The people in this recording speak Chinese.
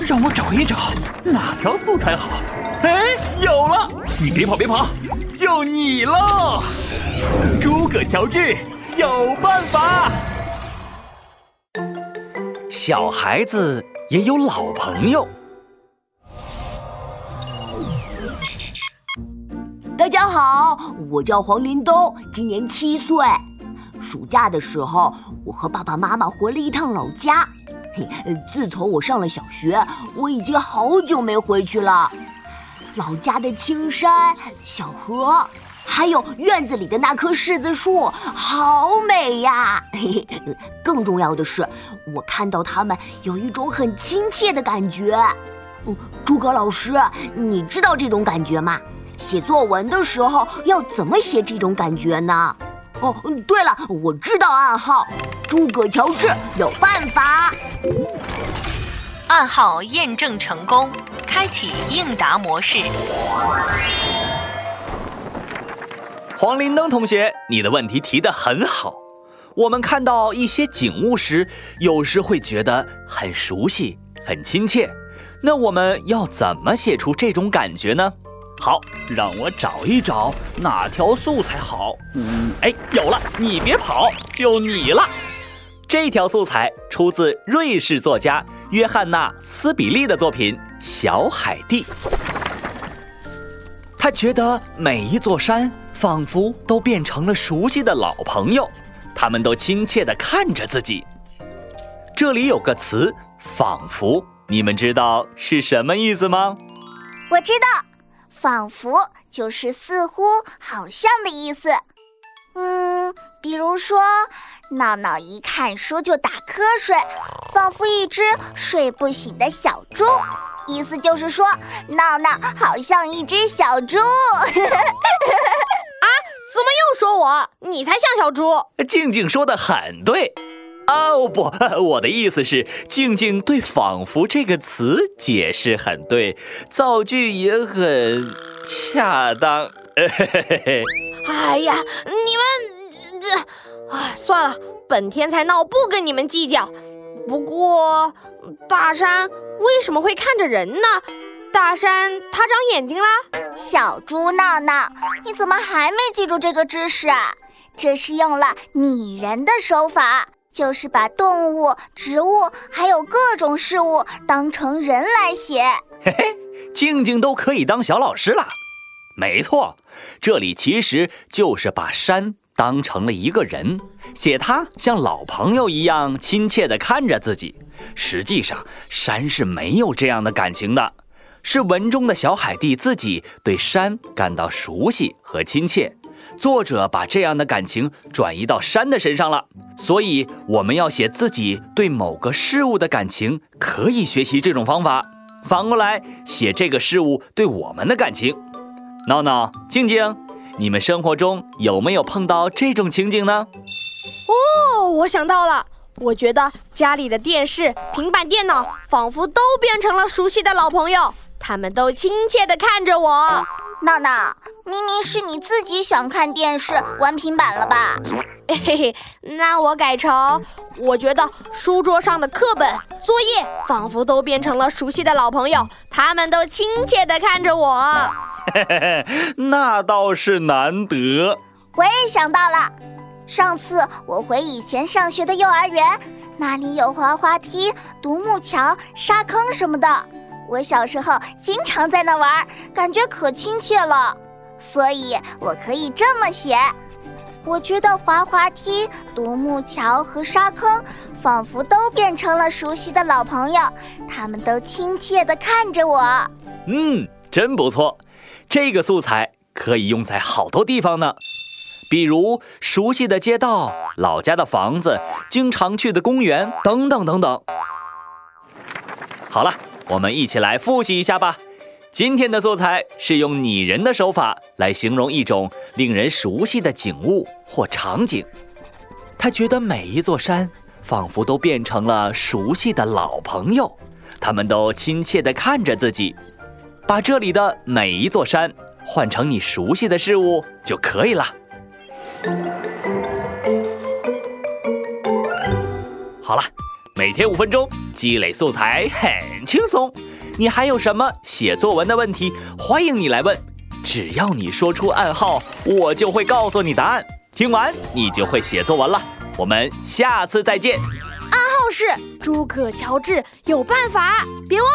让我找一找哪条素材好。哎，有了！你别跑别跑，就你喽！诸葛乔治有办法。 小孩子也有老朋友。 大家好，我叫黄林东，今年7岁。暑假的时候，我和爸爸妈妈回了一趟老家。自从我上了小学，我已经好久没回去了。老家的青山、小河，还有院子里的那棵柿子树，好美呀！更重要的是，我看到它们有一种很亲切的感觉。诸葛老师，你知道这种感觉吗？写作文的时候要怎么写这种感觉呢？哦，对了，我知道暗号，诸葛乔治有办法。 暗号验证成功，开启应答模式。 黄林登同学，你的问题提得很好。我们看到一些景物时，有时会觉得很熟悉、很亲切。那我们要怎么写出这种感觉呢？ 好，让我找一找哪条素材好。哎，有了！你别跑，就你了。 这条素材出自瑞士作家约翰娜·斯比利的作品《小海地》。他觉得每一座山仿佛都变成了熟悉的老朋友，他们都亲切地看着自己。这里有个词“仿佛”，你们知道是什么意思吗？ 我知道，仿佛就是似乎、好像的意思。比如说，闹闹一看书就打瞌睡，仿佛一只睡不醒的小猪。意思就是说，闹闹好像一只小猪。啊， 怎么又说我？你才像小猪。 静静说得很对。哦不，我的意思是，静静对仿佛这个词解释很对，造句也很恰当。 哎呀，你们算了，本天才闹不跟你们计较。不过大山为什么会看着人呢？大山它长眼睛啦？ 小猪闹闹，你怎么还没记住这个知识啊？这是用了拟人的手法，就是把动物、植物还有各种事物当成人来写。 嘿嘿，静静都可以当小老师了。没错，这里其实就是把山当成了一个人，写他像老朋友一样亲切地看着自己。实际上，山是没有这样的感情的，是文中的小海地自己对山感到熟悉和亲切。作者把这样的感情转移到山的身上了，所以我们要写自己对某个事物的感情，可以学习这种方法。反过来写这个事物对我们的感情。闹闹、静静，你们生活中有没有碰到这种情景呢？ 我想到了，我觉得家里的电视、平板电脑仿佛都变成了熟悉的老朋友，他们都亲切地看着我。 闹闹，明明是你自己想看电视、玩平板了吧？ 嘿嘿，那我改成，我觉得书桌上的课本、作业仿佛都变成了熟悉的老朋友，他们都亲切地看着我。 那倒是难得。 我也想到了，上次我回以前上学的幼儿园，那里有滑滑梯、独木桥、沙坑什么的。我小时候经常在那玩，感觉可亲切了，所以我可以这么写。我觉得滑滑梯、独木桥和沙坑仿佛都变成了熟悉的老朋友，他们都亲切地看着我。 真不错，这个素材可以用在好多地方呢，比如熟悉的街道、老家的房子、经常去的公园等等等等。好了，我们一起来复习一下吧。今天的素材是用拟人的手法来形容一种令人熟悉的景物或场景。他觉得每一座山仿佛都变成了熟悉的老朋友，他们都亲切地看着自己。把这里的每一座山换成你熟悉的事物就可以了。好了， 每天5分钟，积累素材很轻松。你还有什么写作文的问题，欢迎你来问。只要你说出暗号，我就会告诉你答案。听完你就会写作文了。我们下次再见。 暗号是诸葛乔治有办法，别忘